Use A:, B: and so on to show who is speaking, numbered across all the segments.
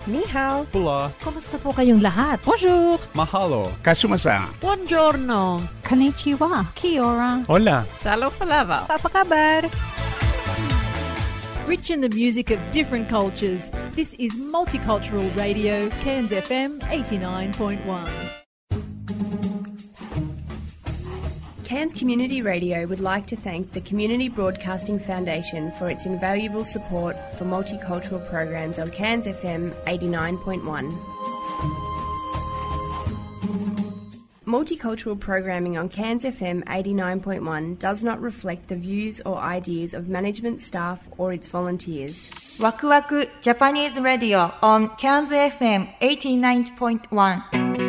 A: Ni hao.
B: Hola.
C: Kumusta po kayong lahat? Bonjour.
B: Mahalo.
D: Kasumasan.
C: Buongiorno.
E: Konnichiwa. Kia ora.
B: Hola.
A: Talo palava.
C: Apa kabar?
F: Rich in the music of different cultures, this is Multicultural Radio, Cairns FM 89.1.
G: Cairns Community Radio would like to thank the Community Broadcasting Foundation for its invaluable support for multicultural programs on Cairns FM 89.1. Multicultural programming on Cairns FM 89.1 does not reflect the views or ideas of management, staff or its volunteers.
H: Waku Waku Japanese Radio on Cairns FM 89.1.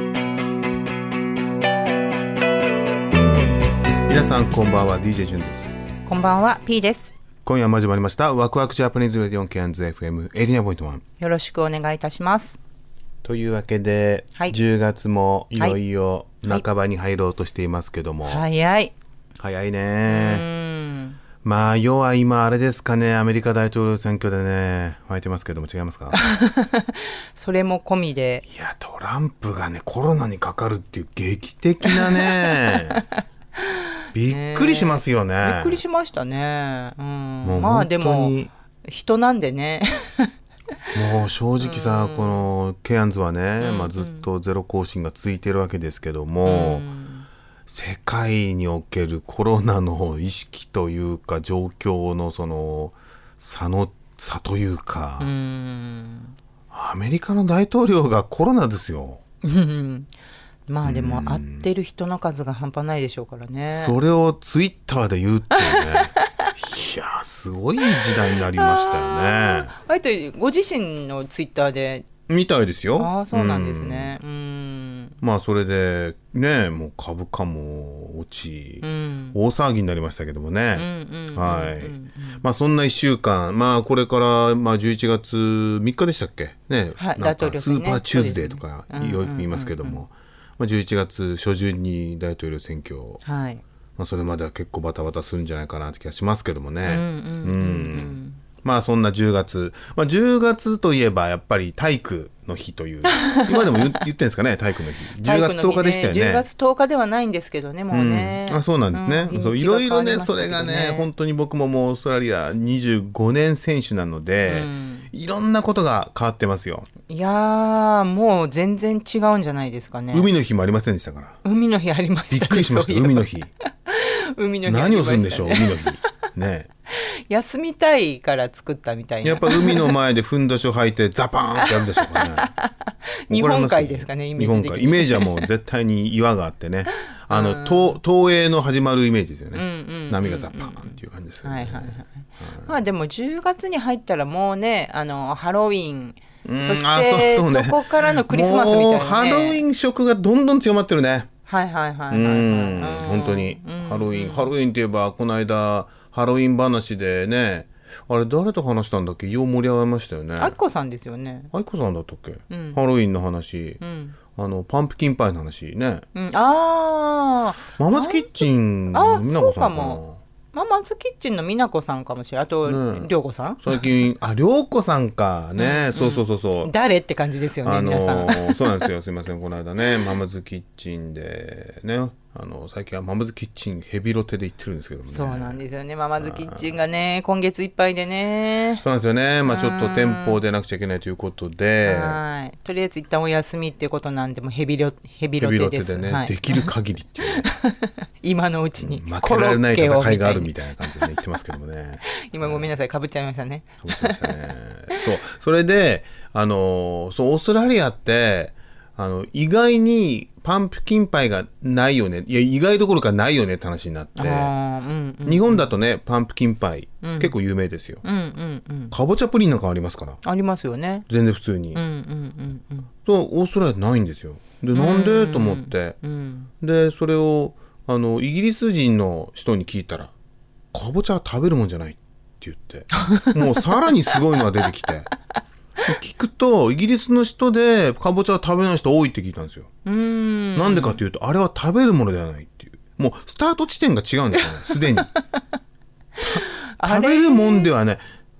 I: 皆さんこんばんは DJ ジュンです。
H: こんばんは P です。
I: 今夜も始まりましたワクワクジャパニーズラディオンケアンズ FM89.1
H: よろしくお願いいたします。
I: というわけで、はい、10月もいよいよ半ばに入ろうとしていますけども、
H: はい、
I: 早いね。まあ要は今あれですかね、アメリカ大統領選挙でね沸いてますけども、違いますか？
H: それも込みで、
I: いやトランプがねコロナにかかるっていう劇的なねびっくりしますよね。
H: びっくりしましたね。
I: もう
H: まあでも人なんでね
I: もう正直さ、このケアンズはね、ずっとゼロ更新が続いてるわけですけども、世界におけるコロナの意識というか状況のその差というか、アメリカの大統領がコロナですよ。
H: まあでも会ってる人の数が半端ないでしょうからね。
I: それをツイッターで言うっていうねいやすごい時代になりましたよね。
H: あえてご自身のツイッターで
I: みたいですよ。
H: ああそうなんですね。
I: まあそれでねもう株価も落ち、大騒ぎになりましたけどもね。まあそんな1週間、まあこれからまあ11月3日でしたっけね、
H: はい、
I: なんかスーパーチューズデーとかよく言いますけども、まあ、11月初旬に大統領選挙、まあ、それまでは結構バタバタするんじゃないかなって気がしますけどもね。まあそんな10月、まあ、10月といえばやっぱり体育の日という今でも言ってるんですかね、体育の日10月10日でしたよね。
H: 10月10日ではないんですけどね、もうね、
I: あそうなんですね。いろいろねそれがね本当に僕ももうオーストラリア25年選手なので、いろんなことが変わってますよ。
H: いやーもう全然違うんじゃないですかね。
I: 海の日もありませんでしたから。
H: 海の日ありましたね。
I: びっくりしました海の日
H: 海の日
I: 何をするんでしょう海の日ね
H: 休みたいから作ったみたいな。
I: やっぱ海の前でふんどしを履いてザパーンってやるでしょうかね
H: 日本海ですかね、イメージ的に。
I: イメージはもう絶対に岩があってね東映の始まるイメージですよね。波がザパーンっていう感じですよね。ま
H: あでも10月に入ったらもうねハロウィン、そしてそこからのクリスマスみたいなね。もう
I: ハロウィン色がどんどん強まってるね。
H: 本
I: 当にハロウィンといえばこの間ハロウィン話でね、あれ誰と話したんだっけ、よう盛り上がりましたよね。
H: あいこさんですよね。
I: あいこさんだったっけ、ハロウィンの話、パンプキンパイの話ね。
H: マ
I: マズキッチンの美奈子さんかな。
H: ママズキッチンの美奈子さんかもしれない。あと涼子さん、
I: 最近涼子さんかね、そう
H: 誰って感じですよね、皆さん。
I: そうなんですよ、すいません。この間ねママズキッチンでね、最近はママズキッチンヘビロテで行ってるんですけどもね。
H: そうなんですよね、ママズキッチンがね今月いっぱいでね。
I: そうなんですよね。まあちょっと店舗出なくちゃいけないということで、
H: とりあえず一旦お休みっていうことなんで、もヘビロテです。
I: ね、できる限りっていう、ね、
H: 今のうちに
I: 負けられない戦いがあるみたいな感じで、ね、言ってますけどもね
H: 今ごめんなさい、かぶっちゃいましたね。
I: それでオーストラリアって意外にパンプキンパイがないよね、いや意外どころかないよねって話になって、日本だとねパンプキンパイ、結構有名ですよ。かぼちゃプリンなんかありますから。
H: ありますよね、
I: 全然普通に。とオーストラリアないんですよ。でなんでと思って、でそれをイギリス人の人に聞いたら、かぼちゃは食べるもんじゃないって言ってもうさらにすごいのが出てきて聞くとイギリスの人でかぼちゃは食べない人多いって聞いたんですよ。なんでかというと、あれは食べるものではないっていう、もうスタート地点が違うんですよねすでに食べるもんではない。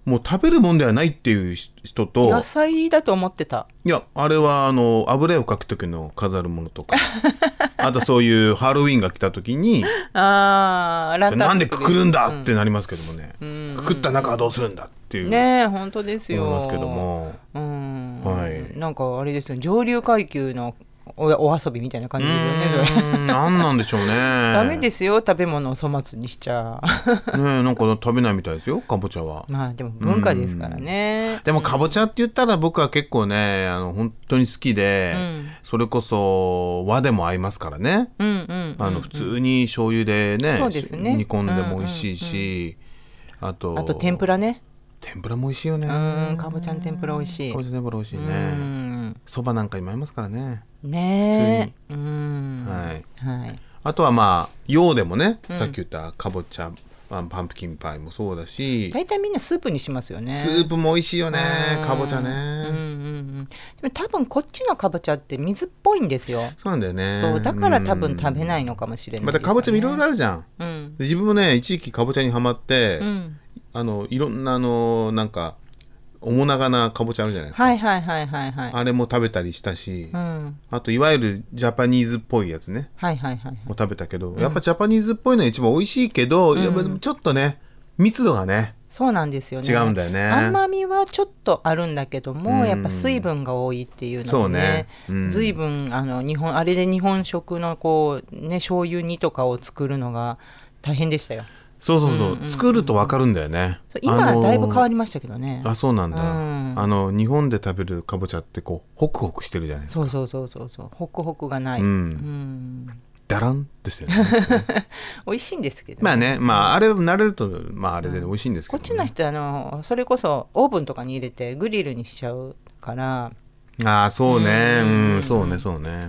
I: もう食べるもんではないっていう人と、
H: 野菜だと思ってた。
I: いやあれは油絵を描く時の飾るものとかあとそういうハロウィンが来た時に
H: ランタン
I: なんでくくるんだってなりますけどもね、くくった中はどうするんだっていう
H: ね、本当ですよ。
I: 思いますけども、はい、
H: なんかあれですよ、上流階級のお遊びみたいな感じですよね、それ。
I: なんなんでしょうね。
H: ダメですよ、食べ物を粗末にしちゃ
I: ね、なんか食べないみたいですよ、かぼちゃは。
H: まあでも文化ですからね。
I: でもかぼちゃって言ったら僕は結構ね本当に好きで、それこそ和でも合いますからね。普通に醤油でね、煮込んでも美味しいし、あと
H: 天ぷらね。
I: 天ぷらも美味しいよね。
H: かぼちゃの天ぷら美味しい。
I: かぼちゃの天ぷら美味しいね。そばなんかにも合いますからね。
H: ねえ。
I: はい。あとはまあ洋でもね、さっき言ったかぼちゃパンプキンパイもそうだし、
H: 大体みんなスープにしますよね。
I: スープも美味しいよね、かぼちゃね。
H: でも多分こっちのかぼちゃって水っぽいんですよ。
I: そうなんだよね。
H: そうだから多分食べないのかもしれないですね。
I: またかぼちゃもいろいろあるじゃん。自分もね一時期かぼちゃにハマって、いろんななんか面長なかぼちゃあるじゃないですか。あれも食べたりしたし、あといわゆるジャパニーズっぽいやつね、も食べたけど、やっぱジャパニーズっぽいのが一番美味しいけど、やっぱちょっとね密度がね、
H: そうなんですよね、
I: 違うんだよね。
H: 甘みはちょっとあるんだけども、やっぱ水分が多いっていうのでね、随分あれで日本食のこうね醤油煮とかを作るのが大変でしたよ。
I: そう、作ると分かるんだよね。
H: 今はだいぶ変わりましたけどね。
I: あ、そうなんだ。日本で食べるかぼちゃってこうホクホクしてるじゃないですか。
H: そうホクホクがない。
I: ダランですよね。
H: 美味しいんですけど、
I: まあね、あれ慣れるとあれで美味しいんですけど、
H: こっちの人それこそオーブンとかに入れてグリルにしちゃうから。
I: そうね、そうね。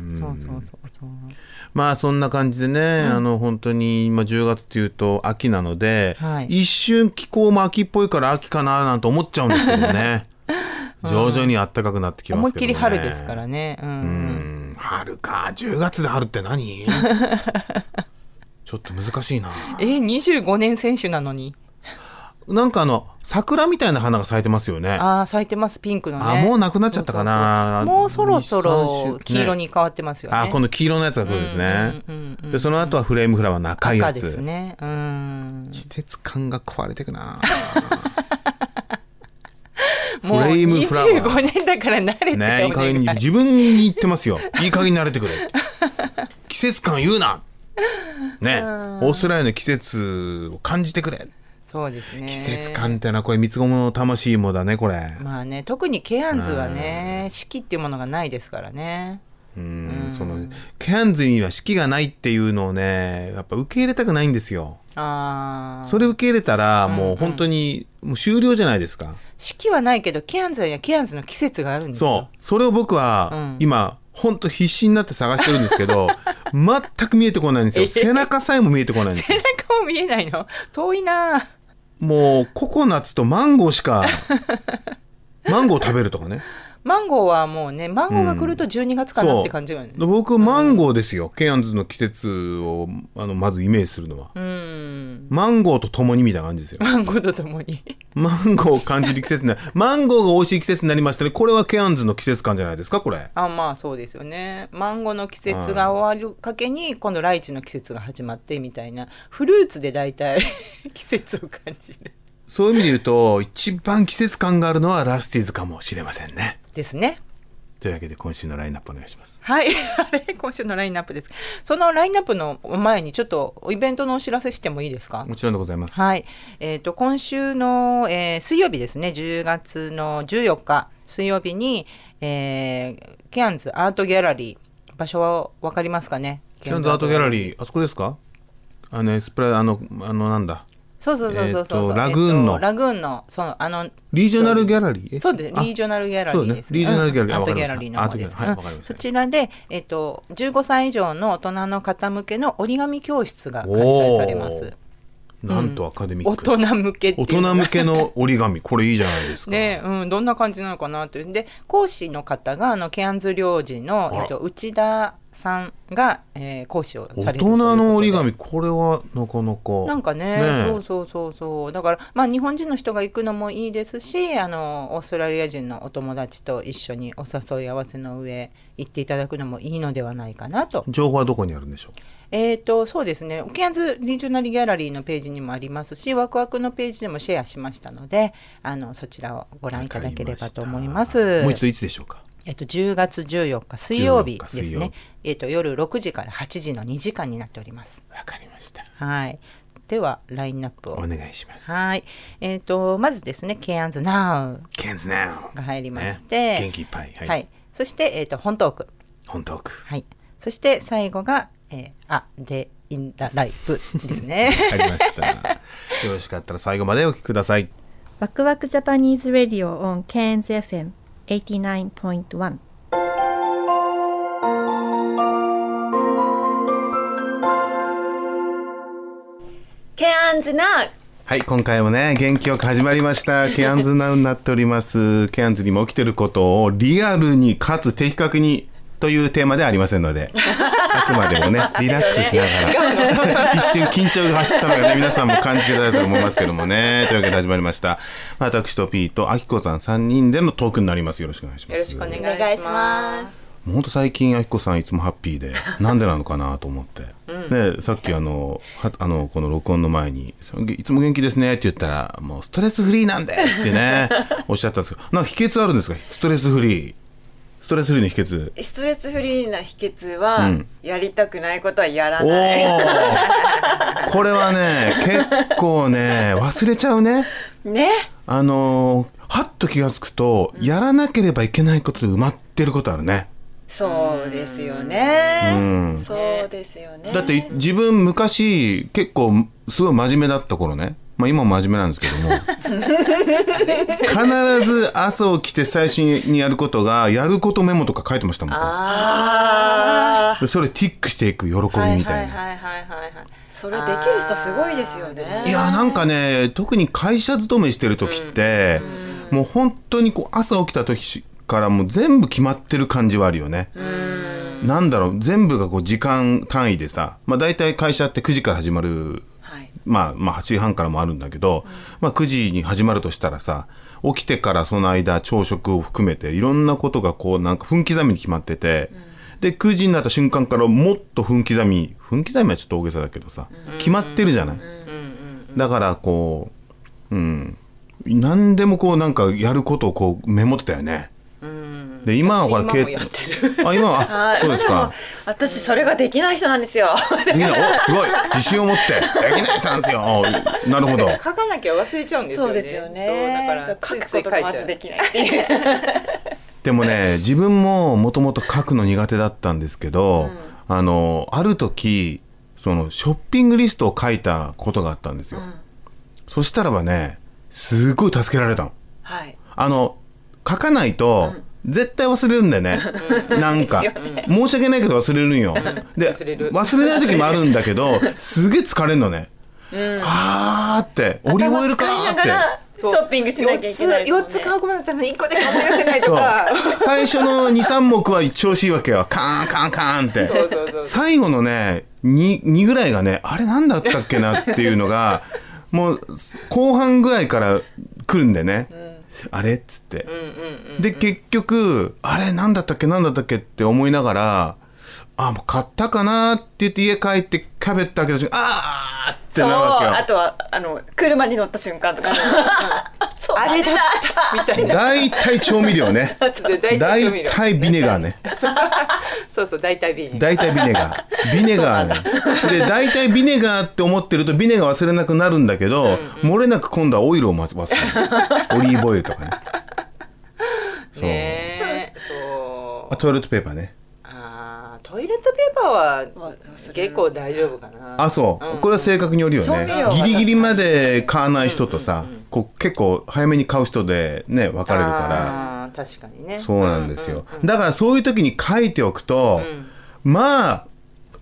I: まあそんな感じでね、本当に今10月っていうと秋なので、一瞬気候も秋っぽいから秋かななんて思っちゃうんですけどね。徐々に暖かくなってきますけどね。思いっきり
H: 春ですからね。
I: 春か、10月で春って何？ちょっと難しいな。
H: 25年選手なのに。
I: なんか桜みたいな花が咲いてますよね。
H: 咲いてます、ピンクのね。
I: もうなくなっちゃったかな。
H: もうそろそろ黄色に変わってますよね。
I: 今度黄色のやつが来るんですね。でその後はフレームフラワーの赤いやつ。
H: 赤ですね。
I: 季節感が壊れてくな。
H: もう25年だから慣れてよね。
I: いい加減に自分に言ってますよ。いい加減に慣れてくれ。季節感言うな。ね、オーストラリアの季節を感じてくれ。
H: そうですね。
I: 季節感ってのはこれ三つ子の魂もだね、これ。
H: まあね、特にケアンズはね、四季っていうものがないですからね。
I: そのケアンズには四季がないっていうのをね、やっぱ受け入れたくないんですよ。それ受け入れたらもう本当にもう終了じゃないですか。
H: 四季はないけどケアンズにはケアンズの季節があるんですよ。
I: それを僕は今本当必死になって探してるんですけど全く見えてこないんですよ。背中さえも見えてこないんですよ。
H: 背中も見えないの？遠いな。
I: もうココナッツとマンゴーしかマンゴー食べるとかね。
H: マンゴーはもうね、マンゴーが来ると12月かなって感じがね。
I: 僕マンゴーですよ、ケアンズの季節をまずイメージするのは。マンゴーとともにみたいな感じですよ。
H: マンゴーとともに
I: マンゴーを感じる季節になる。マンゴーが美味しい季節になりましたね。これはケアンズの季節感じゃないですか、これ。
H: まあそうですよね。マンゴーの季節が終わるかけに今度ライチの季節が始まってみたいな、フルーツで大体季節を感じる。
I: そういう意味で言うと一番季節感があるのはラスティーズかもしれませんね。
H: ですね。
I: というわけで今週のラインナップお願いします。
H: はい、今週のラインナップです。そのラインナップの前にちょっとイベントのお知らせしてもいいですか？
I: もちろんでございます。
H: はい、今週の、水曜日ですね、10月の14日水曜日に、ケアンズアートギャラリー、場所は分かりますかね？
I: ケアンズアートギャラリー、あそこですか？スプラなんだ、
H: そうラ
I: グーンの
H: リ
I: ージョナルギャラリー、
H: そうです、リージョナルギャラリーですね。
I: リージョナルギャラリー、
H: アートギャラリーの方ですか。そちらで15歳以上の大人の方向けの折り紙教室が開催されます。
I: なんとアカデミック、
H: 大人向けっていう
I: 大人向けの折り紙、これいいじゃないですか
H: ね、どんな感じなのかなというで、講師の方がケアンズ領事の、内田さんが、講師をされるということで、
I: 大人の折り紙、これはなかなか
H: なんかね、そうだから、日本人の人が行くのもいいですし、オーストラリア人のお友達と一緒にお誘い合わせの上行っていただくのもいいのではないかなと。
I: 情報はどこにあるんでしょう？
H: そうですね、ケアンズリージョナルギャラリーのページにもありますし、ワクワクのページでもシェアしましたので、そちらをご覧いただければと思います。
I: もう一度いつでしょうか
H: ？10月14日水曜日ですね。夜6時から8時の2時間になっております。
I: わかりました。
H: はい。ではラインナップを
I: お願いします。
H: はい。まずですね、ケアンズナウが入りまして、
I: 元気いっぱい。
H: はい。そして本トーク。はい。そして最後がでインダライブですね。
I: ありました。よろしかったら最後までお聞きください。
A: ワクワクジャパニーズラディオ on Cairns FM 89.1。
B: ケアンズナウ。
I: はい、今回もね、元気よく始まりました。ケアンズナウになっております。ケアンズにも起きてることをリアルにかつ的確にというテーマではありませんので、あくまでもね、リラックスしながら一瞬緊張が走ったのがね、皆さんも感じていただいたと思いますけどもね。というわけで始まりました。私とピーとアキコさん3人でのトークになります。よろしくお願いします。
H: よろしくお願いします。
I: もうほんと最近アキコさんいつもハッピーで、なんでなのかなと思って、でさっきこの録音の前にいつも元気ですねって言ったら、もうストレスフリーなんでってねおっしゃったんですけど、なんか秘訣あるんですか？ストレスフリーの秘訣。
B: ストレスフリーな秘訣は、やりたくないことはやらない。
I: これはね、結構ね忘れちゃうね。はっと気がつくと、やらなければいけないことで埋まってることあるね。
B: そうですよね。そうですよね。
I: だって自分昔結構すごい真面目だった頃ね、今も真面目なんですけども必ず朝起きて最初にやることが、やることメモとか書いてましたもん。それティックしていく喜びみたいな。
B: それできる人すごいですよね。
I: いや、なんかね、特に会社勤めしてる時って、もう本当に朝起きた時からもう全部決まってる感じはあるよね。なんだろう、全部が時間単位でさ、大体会社って9時から始まる、8時半からもあるんだけど、9時に始まるとしたらさ、起きてからその間朝食を含めていろんなことがなんか分刻みに決まってて、で9時になった瞬間からもっと分刻みはちょっと大げさだけどさ、決まってるじゃない。だから何でもなんかやることをメモってたよね。で今はほら
H: 今もやってる。
I: 今はそうですか。
B: 私それができない人なんですよ。
I: すごい自信を持ってできない人なんですよ。なるほど。
H: 書かなきゃ忘れちゃうんですよね。
B: そうですよね。だから書くことがまずできないっていう。
I: でもね、自分ももともと書くの苦手だったんですけど、ある時ショッピングリストを書いたことがあったんですよ。そしたらばね、すごい助けられたの。書かないと、絶対忘れるんだよね。なんか申し訳ないけど忘れるんよ。で忘れない時もあるんだけど、すげえ疲れんのね。ってオリーブオイルかーって
B: ショッピングしなきゃいけない。
H: 4つ買うものだったら1個で考えられないとか。
I: 最初の 2,3 目は調子いいわけよ。カーンカーンカーンって。最後のね 2ぐらいがね、あれなんだったっけなっていうのがもう後半ぐらいから来るんでね。あれっつって、で結局あれなんだったっけって思いながら、もう買ったかなって言って家帰ってキャベット開けた瞬間、ってなるわけよ。
B: あとは車に乗った瞬間とか
H: あれだったみたいな。
I: 大体調味料ね。大体ビネガーね。
H: そう大体ビネ
I: ガーね。で大体ビネガーって思ってるとビネガー忘れなくなるんだけど、漏れなく今度はオイルを忘れる。オリーブオイルとかね。
H: そう
I: トイレットペーパーね。
H: トイレットペーパーは結構大丈夫かな。
I: これは性格によるよね。ギリギリまで買わない人とさ、結構早めに買う人でね分かれるから。
H: 確かにね。
I: そうなんですよ。だからそういう時に書いておくと、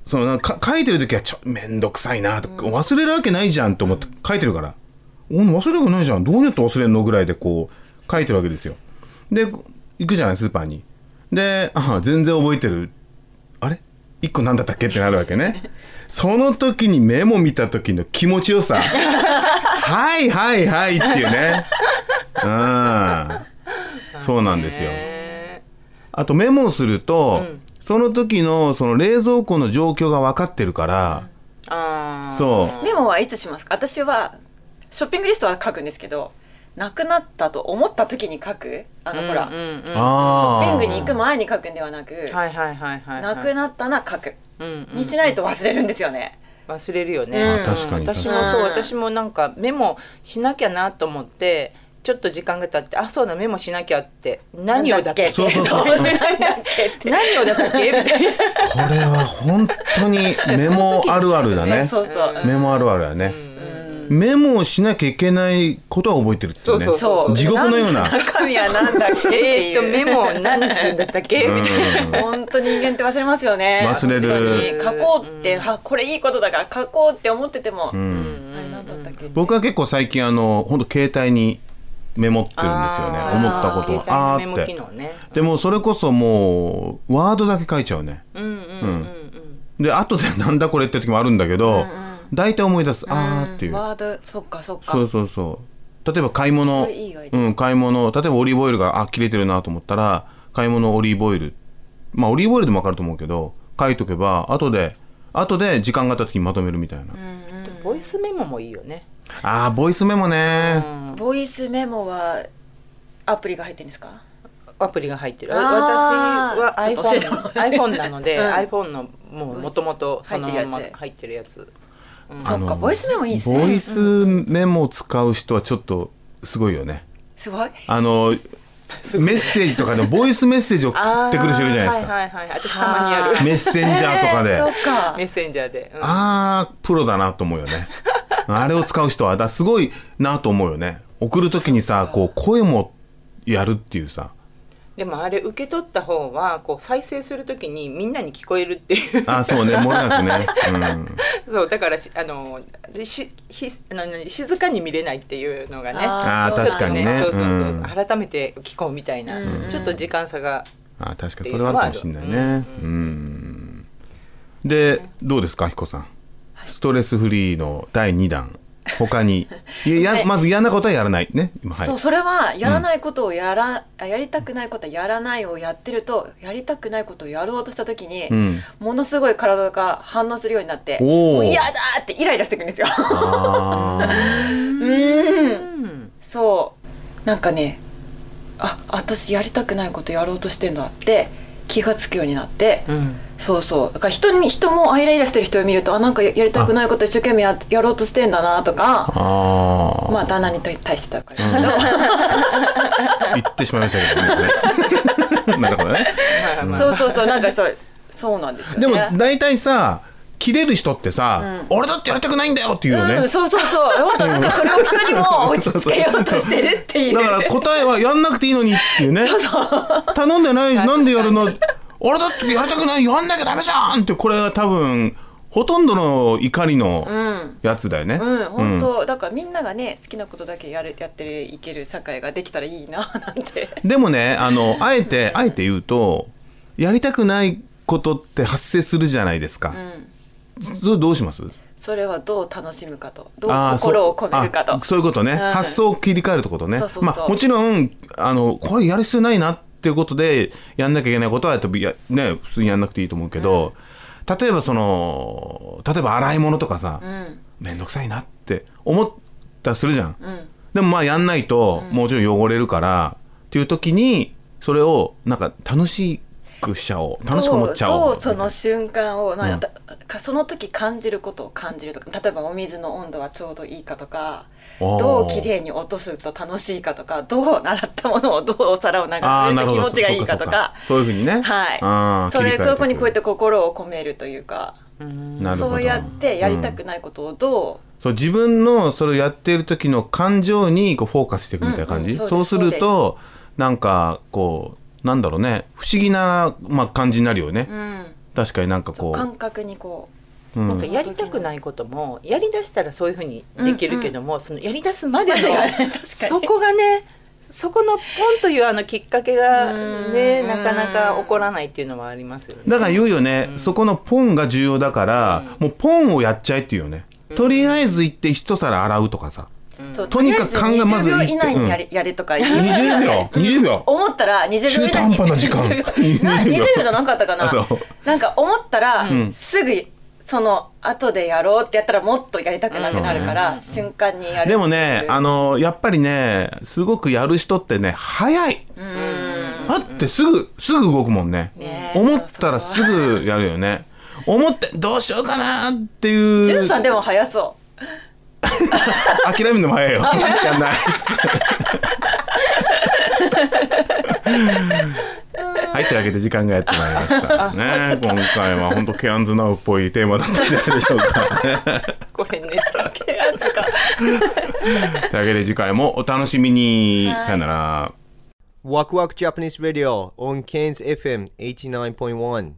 I: その書いてる時はめんどくさいなとか、忘れるわけないじゃんと思って書いてるから、忘れるわけないじゃん、どうやって忘れるのぐらいでこう書いてるわけですよ。で行くじゃないスーパーに。で全然覚えてる、あれ1個なんだったっけってなるわけね。その時にメモ見た時の気持ちよさはいはいはいっていうね。そうなんですよ。あとメモをすると、その時のその冷蔵庫の状況が分かってるから、そう
B: メモはいつしますか？私はショッピングリストは書くんですけど、なくなったと思った時に書く、ほら、ショッピングに行く前に書くんではなく、なくなったな書く、にしないと忘れるんですよね。
H: 忘れるよね。
I: 確かに
H: 私もそう、私もなんかメモしなきゃなと思ってちょっと時間が経って、あ、そうだメモしなきゃって、何をだっけ
I: そう
H: 何をだったっけみたいな。
I: これは本当にメモあるあるだね。メモあるあるだね。メモをしなきゃいけないことは覚えてるっていうね。
B: そう
I: 地獄のような。
B: 中身はなんだっけっていう
H: メモ何するんだったっけみたいな。
B: 本当人間って忘れますよね。
I: 忘れる。
B: 書こうってこれいいことだから書こうって思ってても、あれ何だったっけ。
I: 僕は結構最近本当携帯にメモってるんですよね。思ったことを
H: 携帯のメモ機能ね。
I: でもそれこそもうワードだけ書いちゃうね。で後でなんだこれって時もあるんだけど、大体思い出す。っていう。
B: ワード、そっかそっか。
I: そう例えば買い物、買い物、例えばオリーブオイルが切れてるなと思ったら、買い物オリーブオイル、まあオリーブオイルでも分かると思うけど書いとけば、後で時間があった時にまとめるみたいな。
H: ボイスメモもいいよね。
I: ボイスメモね。
B: ボイスメモはアプリが入ってるんですか？
H: アプリが入ってる。私は iPhone なので、iPhone のもともとそのまま入ってるやつ。
B: そっか、ボイスメモいいですね。
I: ボイスメモを使う人はちょっとすごいよね。
B: すごい。
I: メッセージとかでボイスメッセージを送ってくる人いるじゃないですか。
H: 私たまにやる。
I: メッセンジャーとかで。
B: そっか。
H: メッセンジャーで。
I: プロだなと思うよね。あれを使う人はすごいなと思うよね。送るときにさ、こう声もやるっていうさ。
H: でもあれ受け取った方はこう再生するときにみんなに聞こえるっていう。
I: そうね、漏れなくね。
H: そうだから静かに見れないっていうのがね。
I: 確かにね。
H: 改めて聞こうみたいな、ちょっと時間差が。
I: 確かにそれはあるかもしれないね。でどうですか、ひこさん。ストレスフリーの第2弾。他にまず嫌なことはやらないね。
B: そう、それはやらないことをやりたくないことはやらないをやってると、やりたくないことをやろうとした時に、ものすごい体が反応するようになって、もう嫌だってイライラしてくるんですよ。そうなんかね、私やりたくないことやろうとしてんだって気がつくようになって、そうだから人もイライラしてる人を見ると、なんかやりたくないこと一生懸命やろうとしてんだなとか、旦那に対してだから
I: 言ってしまいましたけどね。なるほどね。
B: そうなんかそうなんですよね。
I: でも大体さ、切れる人ってさ、俺だってやりたくないんだよって言うよね。
B: そう本当なんかそれを人にも落ち着けようとしてるっていう。
I: だから答えはやんなくていいのにっていうね。頼んでない、なんでやるの、俺だってやりたくない、やんなきゃダメじゃんって。これは多分ほとんどの怒りのやつだよね。
B: 本当だからみんながね、好きなことだけやっていける社会ができたらいいななんて。
I: でもね、あえて言うと、やりたくないことって発生するじゃないですか。それどうします？
B: それはどう楽しむかと、どう心を込めるかと。
I: そういうことね。発想を切り替えるってことね。もちろんこれやる必要ないなっていうことでやんなきゃいけないことはね、普通にやんなくていいと思うけど、例えば洗い物とかさ、めんどくさいなって思ったりするじゃん。でもやんないともちろん汚れるからっていう時に、それをなんか楽しくしちゃおう、楽しく思っちゃおう。
B: どうその瞬間をその時感じることを感じるとか、例えばお水の温度はちょうどいいかとか、どうきれいに落とすと楽しいかとか、どう洗ったものをどうお皿を流れると気持ちがいいかとか、
I: そういうふうにね。
B: そこにこうやって心を込めるというか、そうやってやりたくないことを
I: 自分のそれをやっている時の感情にフォーカスしていくみたいな感じ。そうするとなんかこうなんだろうね、不思議な感じになるよね。 確かになんかこう
B: 感覚にこう、
H: なんかやりたくないこともやりだしたらそういうふうにできるけども、そのやりだすまでのそこがね、そこのポンというきっかけがね、なかなか起こらないっていうのはありますよね。
I: だから言うよね、そこのポンが重要だから、もうポンをやっちゃえっていうよね。とりあえず行って一皿洗うとかさ、とにかく考えまず
B: 20秒以内にやれとか
I: 20秒
B: 思ったら20秒以内に
I: 中途半端な時間
B: 20秒じゃなかったかな。なんか思ったらすぐその後でやろうってやったらもっとやりたくなくなるから、瞬間にやる。
I: でもね、やっぱりね、すごくやる人ってね、早い。だってすぐ動くもんね。思ったらすぐやるよね。思ってどうしようかなっていう。
B: ジュンさんでも早そう。
I: 諦めるのも早いよ。やんない。はい、というわけで時間がやってまいりましたね。今回は本当ケアンズナウっぽいテーマだったんじゃないでしょうか。
H: これね、ケアンズか。
I: というわけで次回もお楽しみに。さよなら。
D: Waku Waku Japanese Radio on Cairns FM 89.1。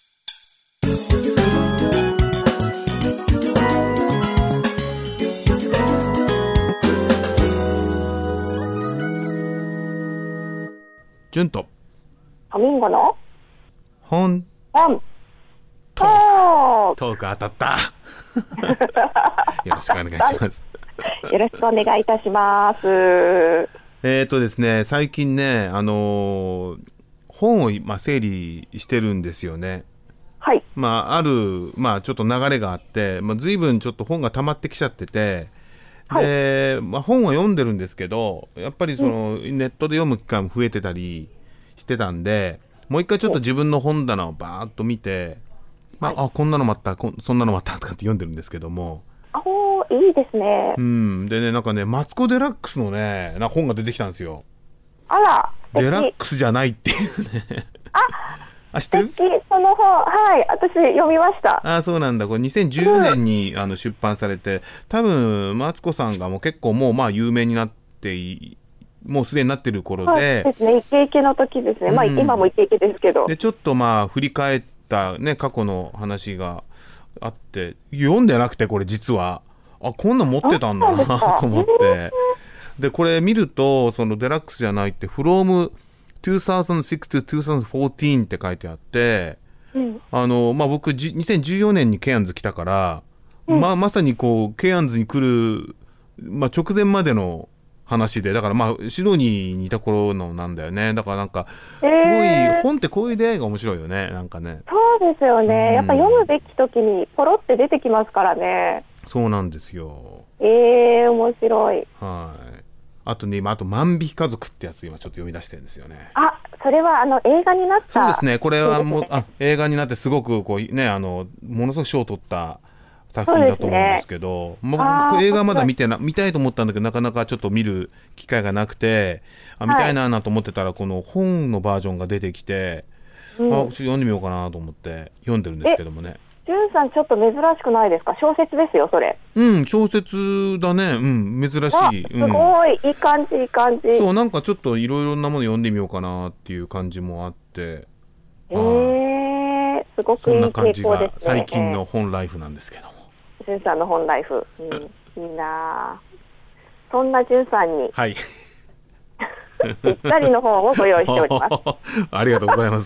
I: ジュンと
J: トミンゴの
I: 本トーク当たった。よろしくお願いします。
J: よろしくお願いいたします。
I: ですね、最近ね、本を今整理してるんですよね。
J: はい。
I: あるちょっと流れがあって、随分ちょっと本が溜まってきちゃってて。で本は読んでるんですけど、やっぱりその、ネットで読む機会も増えてたりしてたんで、もう一回ちょっと自分の本棚をバーッと見て、こんなのもあった、そんなのもあったとかって読んでるんですけども。
J: いいですね。
I: でね、なんかね、マツコ・デラックスのね、本が出てきたんですよ。
J: あら、
I: デラックスじゃないっていうね。知ってる？
J: その本、はい、私読みました。
I: そうなんだ。これ2014年に出版されて、多分マツコさんがもう結構もう有名になってもうすでになってる頃で、
J: そうですね、イケイケの時ですね。今もイケイケですけど。
I: でちょっと振り返ったね、過去の話があって、読んでなくて、これ実はこんなん持ってたんだなと思って、でこれ見ると、そのデラックスじゃないってfrom 2006 to 2014って書いてあって、僕2014年にケアンズ来たから、まさにこうケアンズに来る、直前までの話で、だからシドニーにいた頃のなんだよね。だからなんかすごい本ってこういう出会いが面白いよね。なんかね。
J: そうですよね。やっぱ読むべき時にポロって出てきますからね。
I: そうなんですよ。
J: 面白い。
I: はい。あとね、あと万引き家族ってやつ今ちょっと読み出してるんですよね。
J: それは映画になった。
I: そうですね。これはもう映画になってすごくこうね、ものすごく賞を取った作品だと思うんですけど、僕映画まだ見たいと思ったんだけど、なかなかちょっと見る機会がなくて、見たいなと思ってたら、この本のバージョンが出てきて、読んでみようかなと思って読んでるんですけどもね。
J: ジュンさんちょっと珍しくないですか？小説ですよ、それ。
I: 小説だね。珍しい。
J: すごい、いい感じ、いい感じ。
I: そう、なんかちょっといろいろなもの読んでみようかなっていう感じもあって。
J: すごくいい傾向ですね。
I: そんな感じが最近の本ライフなんですけども。
J: ジュンさんの本ライフ。いいな。そんなジュンさんに。
I: はい。
J: ぴったりの本をご用意しております。
I: ありがとうございます。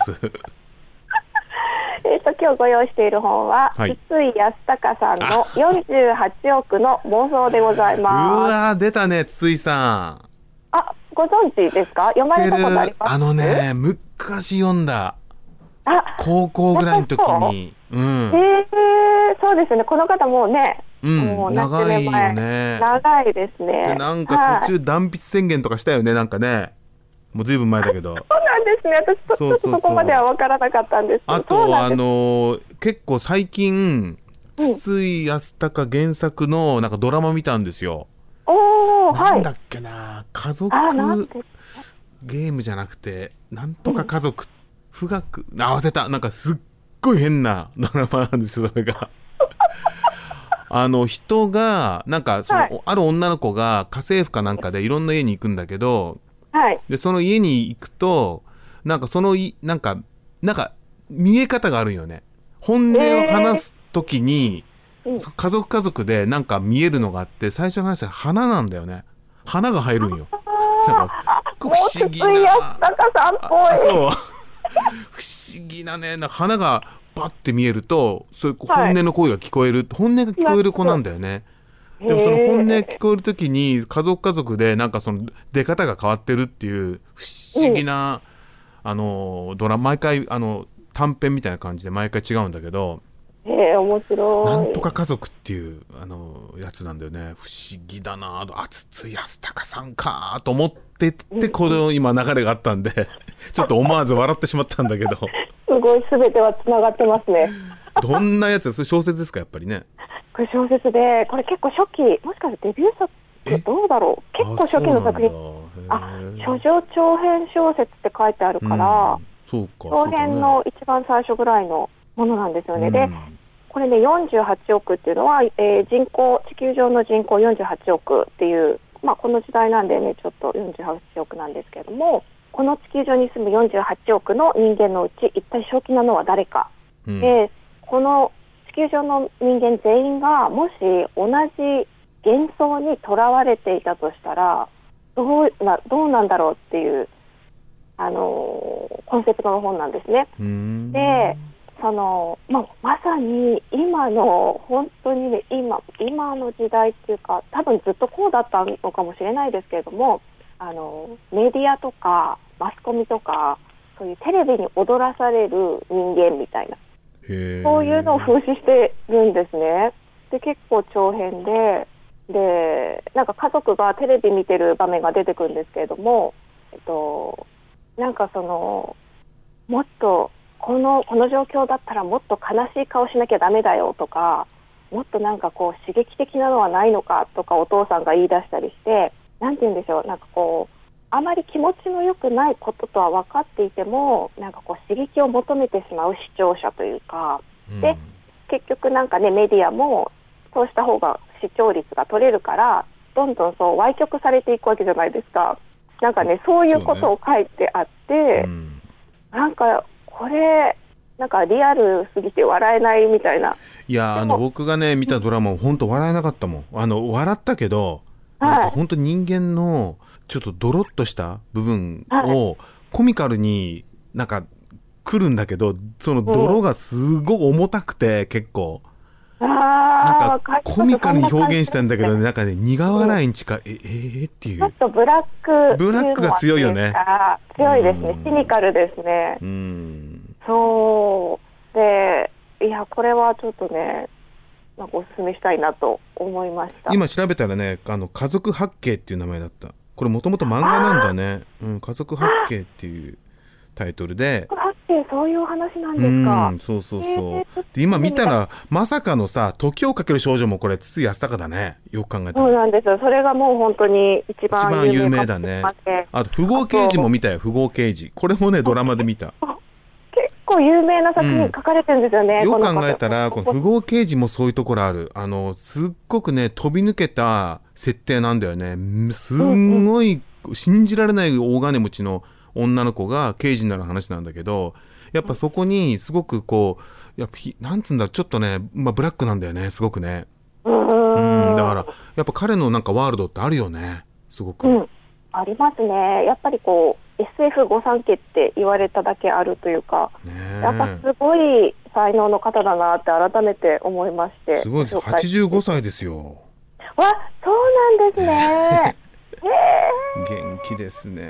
J: 今日ご用意している本は、筒井康隆さんの48億の妄想でございます。
I: うわー、出たね、筒井さん。
J: ご存知ですか？読まれたことあります？
I: ね、昔読んだ。高校ぐらいの時に。
J: そうですね。この方もうね、
I: もう長いよね。
J: 長いですね。
I: でなんか途中断筆宣言とかしたよね、なんかね。もうずいぶん前だけど。
J: そうなんですね。私ちょっとそこまでは分からなかったんですけど。
I: あと結構最近筒井康隆原作のなんかドラマ見たんですよ。なんだっけな、家族ゲームじゃなくてなんとか家族、富岳、忘れた。なんかすっごい変なドラマなんですよ、それが。人がなんかある女の子が家政婦かなんかでいろんな家に行くんだけど、でその家に行くとなんかなんか見え方があるんよね。 本音を話す時に、家族でなんか見えるのがあって、最初の話は花なんだよね。花が入るんよ。なんか不思議な。
J: 筒井康隆さんっぽい。
I: そう不思議なね、なんか花がバッて見えると、そういう本音の声が聞こえる、本音が聞こえる子なんだよね。でもその本音が聞こえるときに家族でなんかその出方が変わってるっていう不思議な、毎回短編みたいな感じで毎回違うんだけど、
J: 面白い。
I: なんとか家族っていうやつなんだよね。不思議だなあ、筒井康隆さんかと思ってて、この今流れがあったんでちょっと思わず笑ってしまったんだけどす
J: ごい全てはつながってますね。
I: どんなやつ？それ小説ですか？やっぱりね。
J: これ小説で、これ結構初期、もしかしてデビュー作どうだろう、結構初期の作品。書状長編小説って書いてあるから、長編の一番最初ぐらいのものなんですよね。でこれね、48億っていうのは、地球上の人口48億っていう、この時代なんでね、ちょっと48億なんですけれども、この地球上に住む48億の人間のうち一体正気なのは誰か、でこの地球上の人間全員がもし同じ幻想にとらわれていたとしたらどうなんだろうっていう、コンセプトの本なんですね。でまさに今の本当にね、今の時代っていうか、多分ずっとこうだったのかもしれないですけれども、メディアとかマスコミとかそういうテレビに踊らされる人間みたいな、そういうのを風刺してるんですね。で結構長編でなんか家族がテレビ見てる場面が出てくるんですけれども、なんかもっとこの状況だったらもっと悲しい顔しなきゃダメだよとか、もっとなんかこう刺激的なのはないのかとかお父さんが言い出したりして、なんて言うんでしょう、なんかこうあまり気持ちの良くないこととは分かっていても、なんかこう刺激を求めてしまう視聴者というか、で結局なんかね、メディアもそうした方が視聴率が取れるからどんどんそう歪曲されていくわけじゃないですか。なんかね、そういうことを書いてあって、なんかこれなんかリアルすぎて笑えないみたいな。
I: いや僕がね見たドラマ本当笑えなかったもん。笑ったけど、なんか本当人間のちょっとドロッとした部分をコミカルになんか来るんだけど、その泥がすごく重たくて結構、なんかコミカルに表現したんだけど、ね、なんかね苦笑いに近い、っていう。
J: ちょっとブラック
I: が強いよね。
J: 強いですね。シニカルですね。そうで、いやこれはちょっとね、なんかおすすめしたいなと思いました。
I: 今調べたらね、家族八景っていう名前だった。これもともと漫画なんだね。家族八景っていうタイトルで。
J: そういうお話なんですか。
I: そうで今見たらまさかのさ、時をかける少女もこれ筒井康隆だね。よく考えたら。
J: そうなんですよ。それがもう本当に一番
I: 有名だね。あと富豪刑事も見たよ。富豪刑事、これもねドラマで見た。
J: 結構有名な作品書かれてるんですよね。
I: よく考えたらこの富豪刑事もそういうところある。すっごくね飛び抜けた設定なんだよね。すんごい信じられない大金持ちの女の子が刑事になる話なんだけど、やっぱそこにすごくこうなんつうんだろう、ちょっとね、ブラックなんだよね、すごくね。だからやっぱ彼のなんかワールドってあるよね、すごく。
J: ありますね。やっぱりこう SF 御三家って言われただけあるというか、やっぱすごい才能の方だなって改めて思いまして。
I: すごいです。85歳ですよ。
J: わ、そうなんですね。
I: 元気ですね。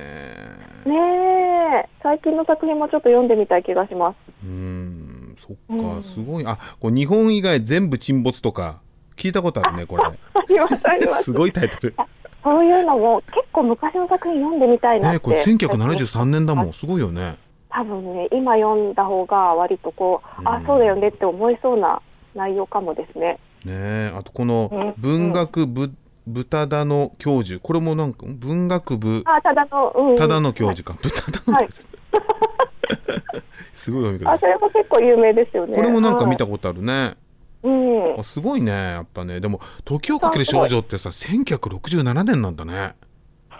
J: 最近の作品もちょっと読んでみたい気がします。
I: そっか、すごい。こう日本以外全部沈没とか聞いたことあるね、これ。すごいタイトル。
J: そういうのも結構昔の作品読んでみたいなって。
I: これ1973年だもん。すごいよね。
J: 多分ね、今読んだ方が割とこう、そうだよねって思いそうな内容かもですね。
I: あとこの文学部豚田の教授、これもなんか文学部多田の教授か、豚田の教授、すごい読み方。
J: それも結構有名ですよね。
I: これもなんか見たことあるね。すごいね、やっぱね。でも時をかける少女ってさ、1967年なんだね。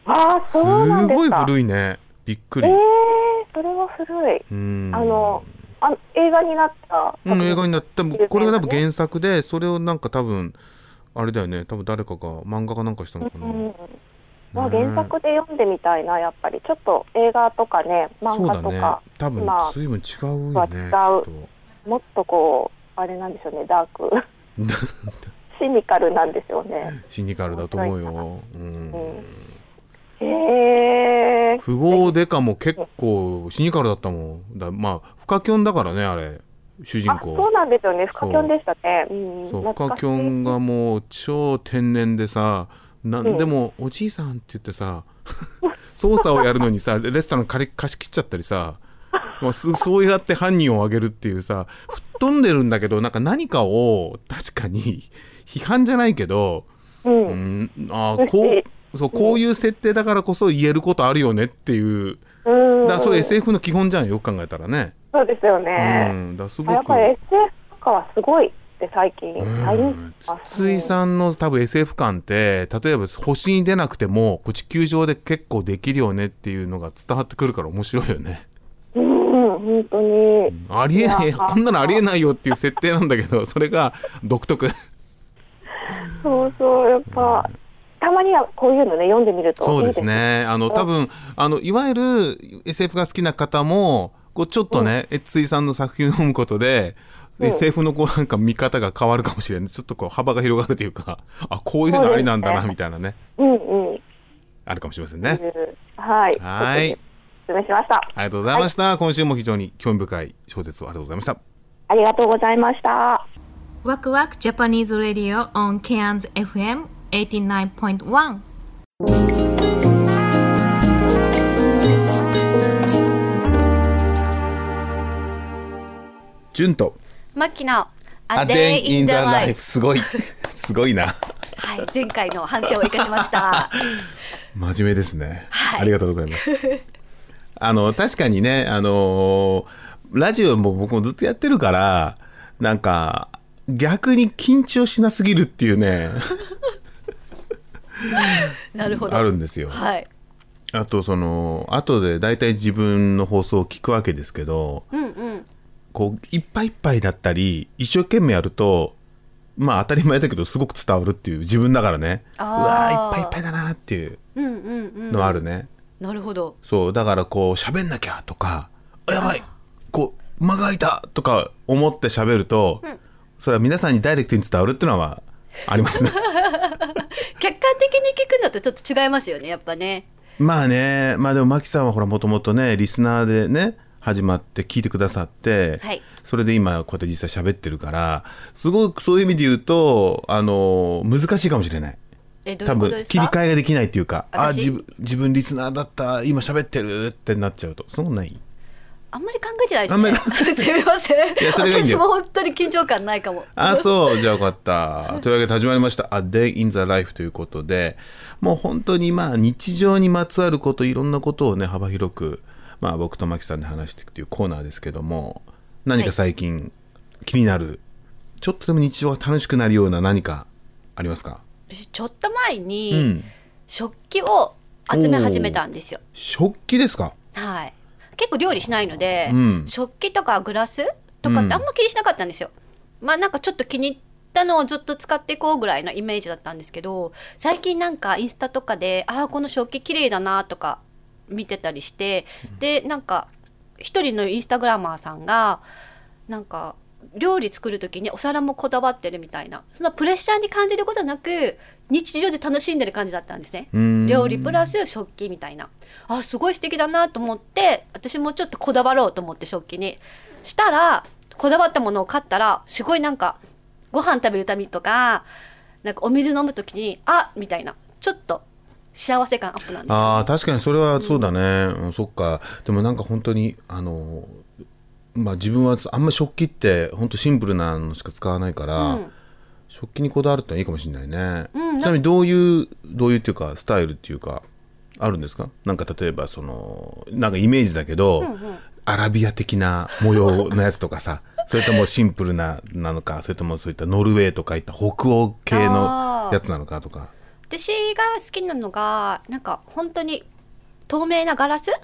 J: そうなんですか。
I: すごい古いね。びっくり。
J: それは古い。 映画になった。
I: 映画になった。これが多分原作で、それをなんか多分あれだよね。多分誰かが漫画かなんかしたのかな。
J: まあ、原作で読んでみたいな。やっぱりちょっと映画とかね、漫画とか、
I: 多分随分違うよね。
J: もっとこうあれなんでしょうね、ダークシニカルなんでしょうね。
I: シニカルだと思うよ。富豪デカも結構シニカルだったもん。まあフカキョンだからね、あれ主人公。
J: そうなんですよね、フカキョンでしたね。
I: そう、フカキョンがもう超天然でさ、なんでもおじいさんって言ってさ操作をやるのにさレストラン貸し切っちゃったりさもうそうやって犯人を挙げるっていうさ、吹っ飛んでるんだけど、なんか何かを確かに批判じゃないけど、こういう設定だからこそ言えることあるよねっていう。だからそれ SF の基本じゃん、よく考えたらね。
J: そうですよね。
I: だすごく
J: やっぱり SF 化はすごいって最近
I: 筒井さんの多分 SF 感って、例えば星に出なくても地球上で結構できるよねっていうのが伝わってくるから面白いよね。
J: 本当に
I: ありえない、こんなのありえないよっていう設定なんだけど、それが独特
J: そうそう、やっぱたまにはこういうのね読んでみるといいですね。
I: そうですね。多分いわゆる SF が好きな方もちょっとね、筒井さんの作品を読むことで、SF のなんか見方が変わるかもしれない。ちょっと幅が広がるというか、こういうのありなんだなみたいなね、あるかもしれませんね。
J: はい。失礼しました。
I: ありがとうございました。今週も非常に興味深い小説をありがとうございました。
J: ありがとうございました。
K: ワクワク Japanese Radio on Cairns FM 89.1。
I: 純と
L: マキの
I: A Day in the Life。 すごいすごいな。
L: はい、前回の反省を生かしました。
I: 真面目ですね、ありがとうございます。確かにね、ラジオも僕もずっとやってるから、なんか逆に緊張しなすぎるっていうね
L: なるほど、
I: あるんですよ。
L: はい。
I: あと後でだいたい自分の放送を聞くわけですけど、いっぱいいっぱいだったり一生懸命やると、まあ当たり前だけどすごく伝わるっていう、自分だからね、うわーいっぱいいっぱいだなっていうのあるね。
L: なるほど。
I: そうだから喋んなきゃとか、やばい間が空いたとか思って喋ると、それは皆さんにダイレクトに伝わるっていうのはありますね。
L: 客観的に聞くのとちょっと違いますよね、やっぱね。
I: まあね、まあでもマキさんはほらもともとねリスナーでね始まって聞いてくださって、それで今こうやって実際喋ってるから、すごくそういう意味で言うと難しいかもしれない。多分切り替えができないっていうか、自分リスナーだった、今喋ってるってなっちゃうと、そんなことない。
L: あんまり考えてないですね。すみません。私も本当に緊張感ないかも。
I: そうじゃあよかった。というわけで始まりました A Day in the Life ということで、もう本当に日常にまつわること、いろんなことをね幅広く僕とマキさんで話していくというコーナーですけども、何か最近気になる、ちょっとでも日常が楽しくなるような何かありますか？
L: ちょっと前に食器を集め始めたんですよ。
I: 食器ですか？
L: はい。結構料理しないので、食器とかグラスとかってあんま気にしなかったんですよ。なんかちょっと気に入ったのをずっと使っていこうぐらいのイメージだったんですけど、最近なんかインスタとかでこの食器綺麗だなとか見てたりして、でなんか一人のインスタグラマーさんがなんか料理作る時にお皿もこだわってるみたいな、そのプレッシャーに感じることなく日常で楽しんでる感じだったんですね。料理プラス食器みたいな、すごい素敵だなと思って、私もちょっとこだわろうと思って食器にしたら、こだわったものを買ったらすごいなんかご飯食べるためとか、なんかお水飲む時にみたいな、ちょっと幸せ感アップなんですよ、ね。
I: 確かにそれはそうだね、そっか。でもなんか本当に自分はあんまり食器って本当シンプルなのしか使わないから、食器にこだわるってのはいいかもしれないね。ちなみにどういうっていうかスタイルっていうかあるんですか？なんか例えばなんかイメージだけど、アラビア的な模様のやつとかさそれともシンプルなのか、それともそういったノルウェーとかいった北欧系のやつなのかとか。
L: 私が好きなのがなんか本当に透明なガラス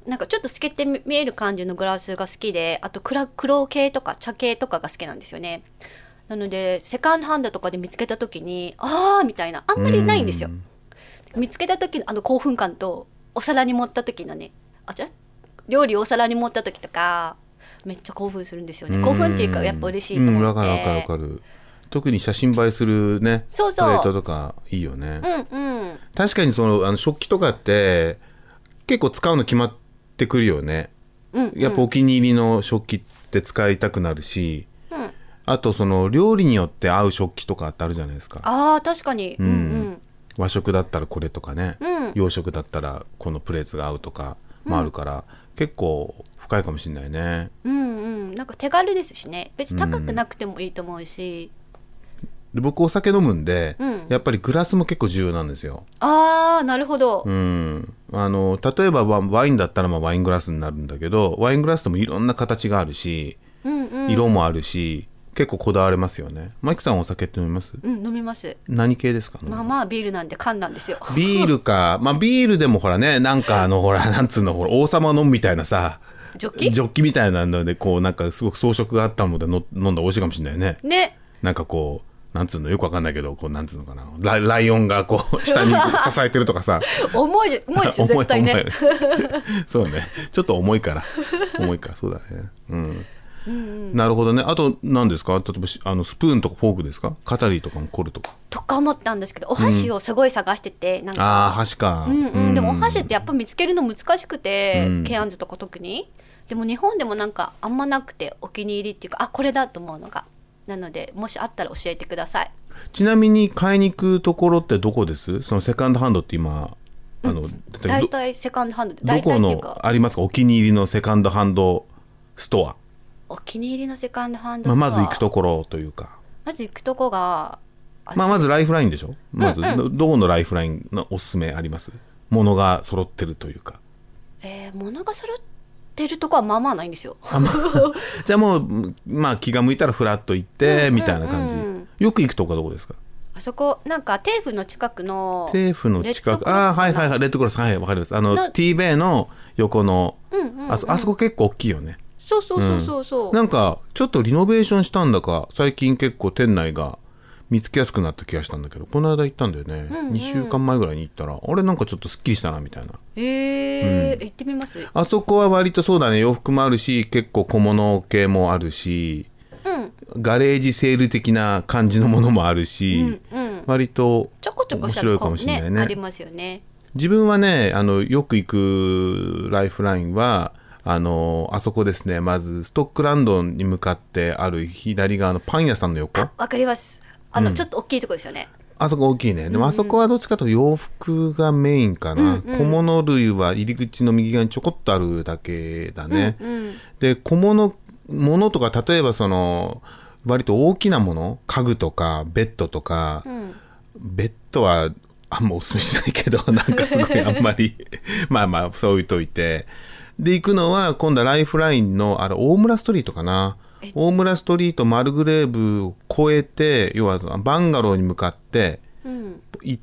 L: なんかちょっと透けて見える感じのグラスが好きで、あと黒系とか茶系とかが好きなんですよね。なのでセカンドハンドとかで見つけた時にみたいな、あんまりないんですよ。見つけた時の興奮感と、お皿に盛った時のね、料理をお皿に盛った時とかめっちゃ興奮するんですよね。興奮っていうかやっぱ嬉しいと思って。
I: わかる。特に写真映えするね、プレートとかいいよね。確かに食器とかって結構使うの決まってくるよね。やっぱお気に入りの食器って使いたくなるし、あと料理によって合う食器とかってあるじゃないですか。
L: 確かに、
I: 和食だったらこれとかね、洋食だったらこのプレーツが合うとかもあるから、結構深いかもしれないね。
L: なんか手軽ですしね、別に高くなくてもいいと思うし、
I: で僕お酒飲むんで、やっぱりグラスも結構重要なんですよ。
L: なるほど。
I: 例えばワインだったらワイングラスになるんだけど、ワイングラスでもいろんな形があるし、色もあるし、結構こだわれますよね。マイクさんお酒って飲みます？
L: 飲みます。
I: 何系ですか？
L: まあビールなんで缶なんですよ。
I: ビールか。ビールでもほらね、なんかなんつうの、王様飲むみたいなさ、
L: ジョッキ
I: みたいなので、なんかすごく装飾があったので飲んだら美味しいかもしれないね。なんかなんつうのよくわかんないけど、なんつうのかな、ライオンが下に支えてるとかさ。
L: 重いですよ絶対ね。
I: そうね、ちょっと重いからそうだね。なるほどね。あと何ですか？例えばスプーンとかフォークですか？カタリーとかもコルとか
L: 思ったんですけど、お箸をすごい探してて、なんか
I: 箸か。
L: でもお箸ってやっぱ見つけるの難しくて、ケアンズとか特に。でも日本でもなんかあんまなくて、お気に入りっていうか、これだと思うのが。なのでもしあったら教えてください。
I: ちなみに買いに行くところってどこです？セカンドハンドって今
L: 大体セカンドハンドで
I: どこのありますか？お気に入りのセカンドハンドストア。
L: お気に入りのセカンドハンドストア、
I: まず行くところというか、
L: まず行くとこが
I: まずライフラインでしょ。まずどこのライフラインのおすすめあります？物が揃ってるというか。
L: 物が揃ってるとこはまあまあないんですよ。
I: じゃあもう気が向いたらフラッと行ってみたいな感じ。よく行くとこはどこですか？
L: あそこなんかテーフの近くの
I: レッドクロス、はいレッドクロス、はいわかります。ティーベイの横のあそこ結構大きいよね。
L: そう、
I: なんかちょっとリノベーションしたんだか、最近結構店内が見つけやすくなった気がしたんだけど、この間行ったんだよね。2週間前ぐらいに行ったら、あれなんかちょっとすっきりしたなみたいな。
L: 行ってみます。
I: あそこは割とそうだね、洋服もあるし、結構小物系もあるし、ガレージセール的な感じのものもあるし、割と面白いかもしれないね。
L: ありますよね。
I: 自分はね、よく行くライフラインはあそこですね。まずストックランドに向かってある左側のパン屋さんの横。
L: わかります。ちょっと大きいとこですよね。
I: あそこ大きいね。でもあそこはどっちかというと洋服がメインかな。小物類は入り口の右側にちょこっとあるだけだね。で小物とか、例えば割と大きなもの、家具とかベッドとか、ベッドはあんまおすすめしないけど、なんかすごいあんまりまあそう言っといて、で行くのは今度はライフラインの大村ストリートかな。大村ストリートマルグレーブを越えて、要はバンガローに向かって行って、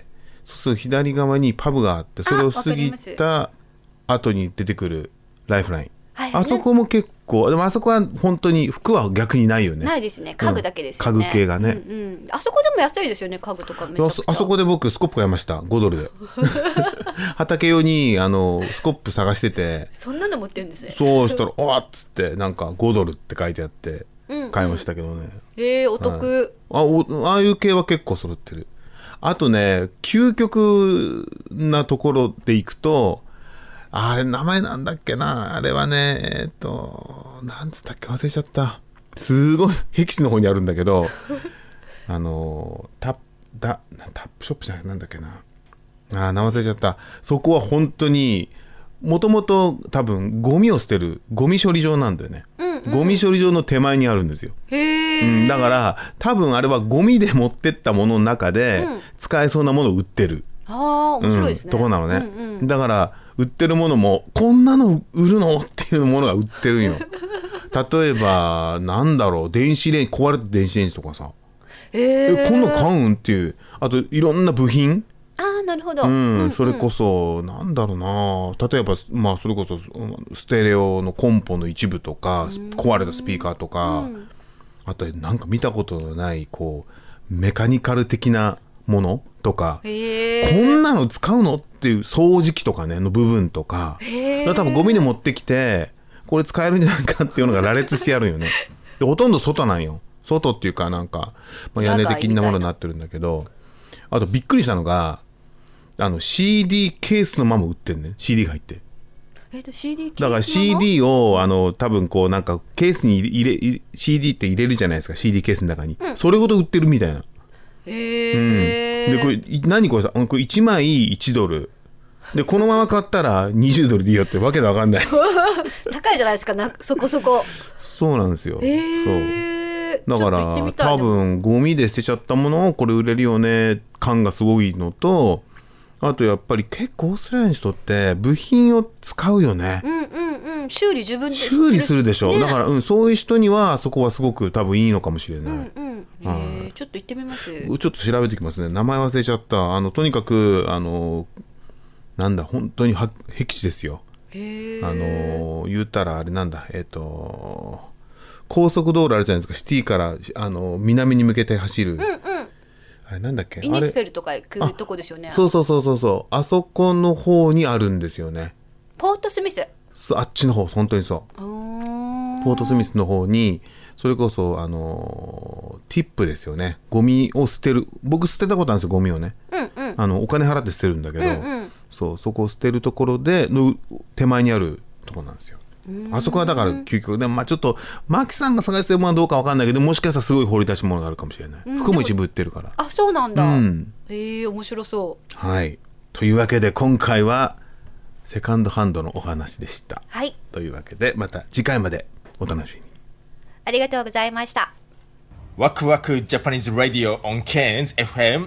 I: そうすると左側にパブがあって、それを過ぎた後に出てくるライフライン、あそこも結構、でもあそこは本当に服は逆にないよね。
L: ないですね。家具だけですよね。
I: 家具系がね、
L: あそこでも安いですよね。家具とかめちゃくちゃ。
I: あそこで僕スコップ買いました。5ドルで畑用にスコップ探してて、
L: そんなの持ってるんですね。
I: そうしたらおっつってなんか5ドルって書いてあって買いましたけどね。
L: お得。
I: ああいう系は結構揃ってる。あとね、究極なところで行くと、あれ名前なんだっけな、あれはね、なんつったっけ忘れちゃった。すごい僻地の方にあるんだけどタップショップじゃない、なんだっけな、名忘れちゃった。そこは本当にもともと多分ゴミを捨てるゴミ処理場なんだよね。ゴミ処理場の手前にあるんですよ。だから多分あれはゴミで持ってったものの中で使えそうなものを売ってる、
L: 面白いですね、
I: とこなのね。だから売ってるものもこんなの売るのっていうものが売ってるんよ。例えばなんだろう、電子レンジ、壊れた電子レンジとかさ、こんなの買うんっていう。あといろんな部品、
L: なるほど。
I: それこそなんだろうな、例えばまあそれこそステレオのコンポの一部とか、壊れたスピーカーとか、あとなんか見たことのないこうメカニカル的なものとか、こんなの使うのっていう掃除機とかねの部分とか、多分ゴミに持ってきてこれ使えるんじゃないかっていうのが羅列してあるよね。でほとんど外なんよ。外っていうかなんか、屋根的なものになってるんだけど、あとびっくりしたのがCD ケースのまま売ってんね。 CD が入って、
L: CD
I: だから CD を多分こうなんかケースにCD って入れるじゃないですか、 CD ケースの中に、それほど売ってるみたいな。でこれ何これさ、これ1枚$1でこのまま買ったら$20でいいよってわけでわかんない
L: 高いじゃないですか、そこそこ。
I: そうなんですよ。そうだから多分ゴミで捨てちゃったものをこれ売れるよね感がすごいのと、あとやっぱり結構オーストラリアの人って部品を使うよね。
L: 修理自分で
I: 修理するでしょ、だから、そういう人にはそこはすごく多分いいのかもしれない。
L: ちょっと行ってみます。
I: ちょっと調べてきますね。名前忘れちゃった。とにかくなんだ本当に僻地ですよ。言ったらあれなんだ、高速道路あるじゃないですか、シティから南に向けて走る、あれなんだっけ、
L: イニスフェルとか行くとこですよね。
I: そうあそこの方にあるんですよね。
L: ポートスミス、
I: あっちの方、本当にそう、ポートスミスの方に、それこそティップですよね。ゴミを捨てる、僕捨てたことあるんですよ、ゴミをね、お金払って捨てるんだけど、そこを捨てるところでの手前にあるところなんですよ。あそこはだから究極で、ちょっとマキさんが探してるものはどうか分かんないけど、もしかしたらすごい掘り出し物があるかもしれない。服も一部売ってるから。
L: あ、そうなんだ。面白そう。
I: はい、というわけで今回はセカンドハンドのお話でした。
L: はい、
I: というわけでまた次回までお楽しみに。
L: ありがとうございました。
M: ワクワクジャパニーズラディオ on Cairns FM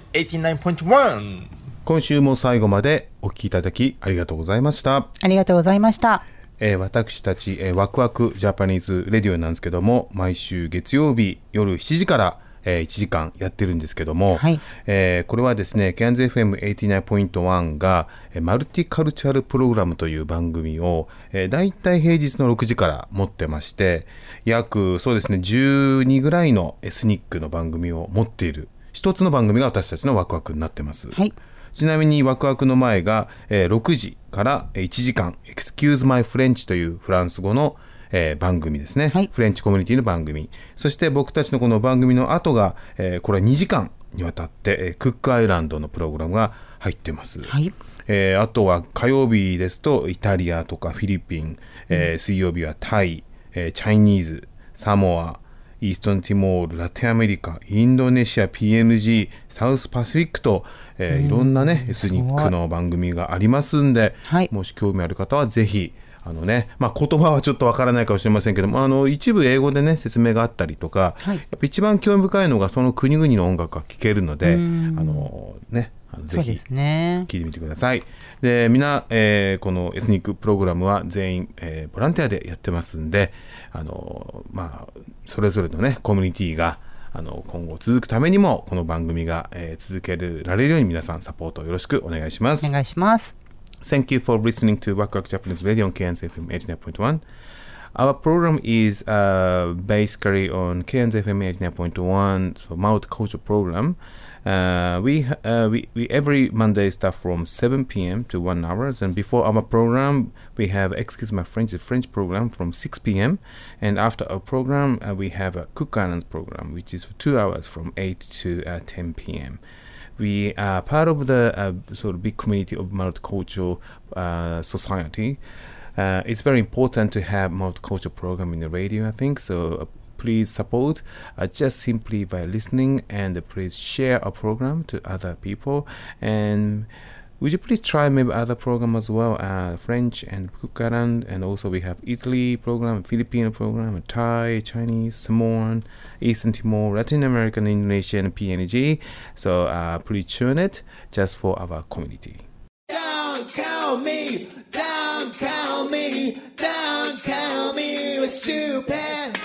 M: 89.1。
I: 今週も最後までお聞きいただきありがとうございました。
H: ありがとうございました。
I: 私たち、ワクワクジャパニーズレディオなんですけども、毎週月曜日夜7時から、1時間やってるんですけども、これはですね Cairns FM 89.1 がマルティカルチャルプログラムという番組を、だいたい平日の6時から持ってまして、約そうですね12ぐらいのエスニックの番組を持っている一つの番組が私たちのワクワクになってます。ちなみにワクワクの前が、6時から1時間 Excuse My French というフランス語の、番組ですね、フレンチコミュニティの番組。そして僕たちのこの番組の後が、これは2時間にわたって、クックアイランドのプログラムが入ってます。あとは火曜日ですとイタリアとかフィリピン、水曜日はタイ、チャイニーズ、サモア、イーストンティモール、ラテンアメリカ、インドネシア、PNG、サウスパシフィックと、いろんなねエスニックの番組がありますんで、もし興味ある方はぜひ言葉はちょっとわからないかもしれませんけども、一部英語でね説明があったりとか、やっぱ一番興味深いのがその国々の音楽が聴けるので、ぜひ聴いてみてください。でみんな、このエスニックプログラムは全員、ボランティアでやってますんで、それぞれのねコミュニティが今後続くためにもこの番組が、続けられるように皆さんサポートよろしくお願いします。
H: お願いします。
I: Thank you for listening to Waku Waku Japanese Radio on Cairns FM 89.1. Our program is basically on Cairns FM 89.1 for multicultural program. We every Monday start from 7 p.m. to 1 hour, and before our program we have Excuse My French, the French program from 6 p.m. and after our program we have a Cook Islands program which is for 2 hours from 8 to 10 p.m. We are part of the sort of big community of multicultural society. It's very important to have multicultural program in the radio, I think. So please support just simply by listening, and please share our program to other people. And would you please try maybe other program as well, French and Cook Island, and also we have Italy program, Filipino program, Thai, Chinese, Samoan, Eastern Timor, Latin American, Indonesian, PNG. So please tune it just for our community.
N: Don't call me, don't call me, don't call me, it's stupid.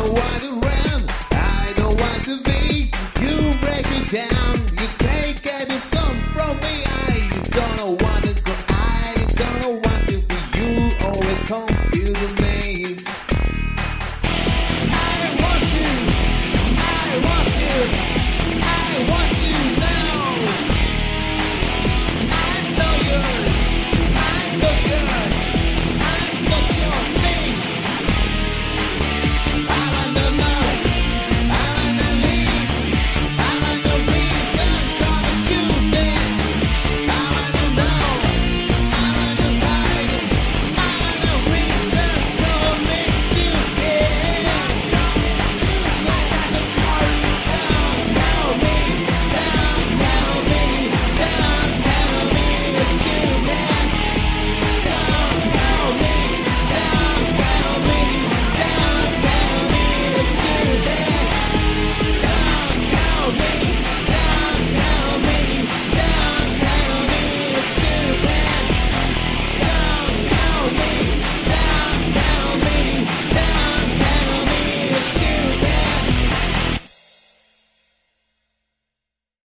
N: don't want to run, I don't want to leave. You break me down.